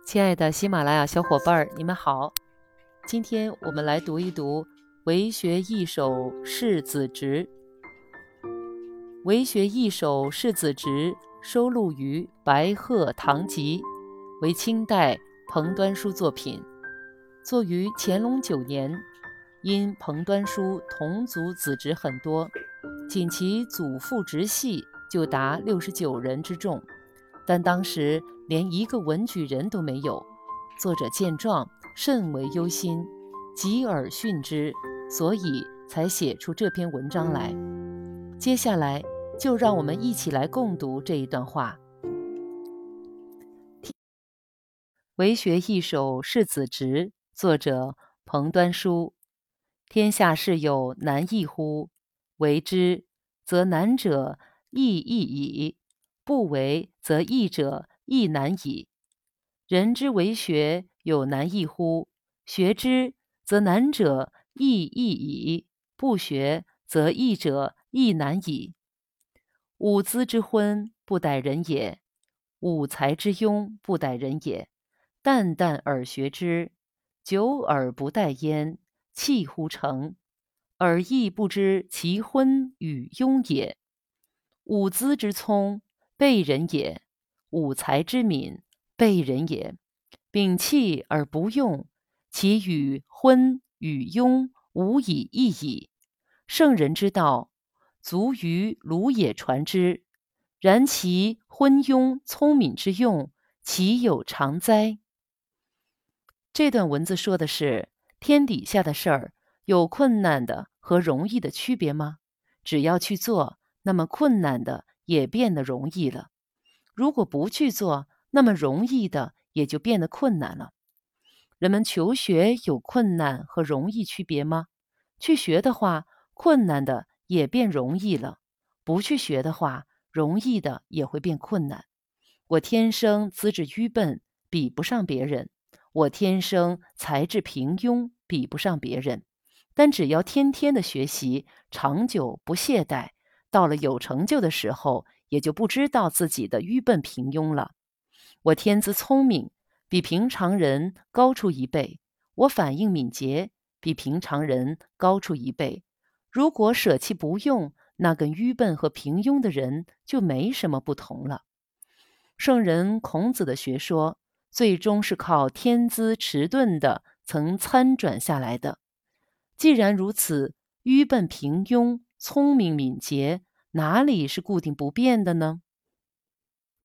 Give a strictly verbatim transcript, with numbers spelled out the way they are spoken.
亲爱的喜马拉雅小伙伴儿，你们好！今天我们来读一读为学一首世子直。为学一首世子直收录于《白鹤堂集》，为清代彭端书作品，作于乾隆九年。因彭端书同族子侄很多，仅其祖父直系就达六十九人之众，但当时连一个文举人都没有。作者见状甚为忧心，急而训之，所以才写出这篇文章来。接下来就让我们一起来共读这一段话。为学一首世子直，作者彭端书。天下事有难易乎？为之，则难者易易矣；不为，则易者易难矣。人之为学有难易乎？学之，则难者易易矣；不学，则易者易难矣。五资之昏，不逮人也；五才之庸，不逮人也。淡淡而学之，久而不殆焉，弃乎成，而亦不知其昏与庸也。五资之聪，备人也；五才之敏，备人也。摒弃而不用，其与昏与庸无以异矣。圣人之道，足于鲁也传之，然其昏庸聪敏之用，其有常哉？这段文字说的是，天底下的事儿有困难的和容易的区别吗？只要去做，那么困难的也变得容易了；如果不去做，那么容易的也就变得困难了。人们求学有困难和容易区别吗？去学的话，困难的也变容易了；不去学的话，容易的也会变困难。我天生资质愚笨，比不上别人；我天生才智平庸，比不上别人。但只要天天的学习，长久不懈怠，到了有成就的时候，也就不知道自己的愚笨平庸了。我天资聪明，比平常人高出一倍；我反应敏捷，比平常人高出一倍。如果舍弃不用，那跟愚笨和平庸的人就没什么不同了。圣人孔子的学说，最终是靠天资迟钝的曾参转下来的。既然如此，愚笨平庸、聪明敏捷，哪里是固定不变的呢？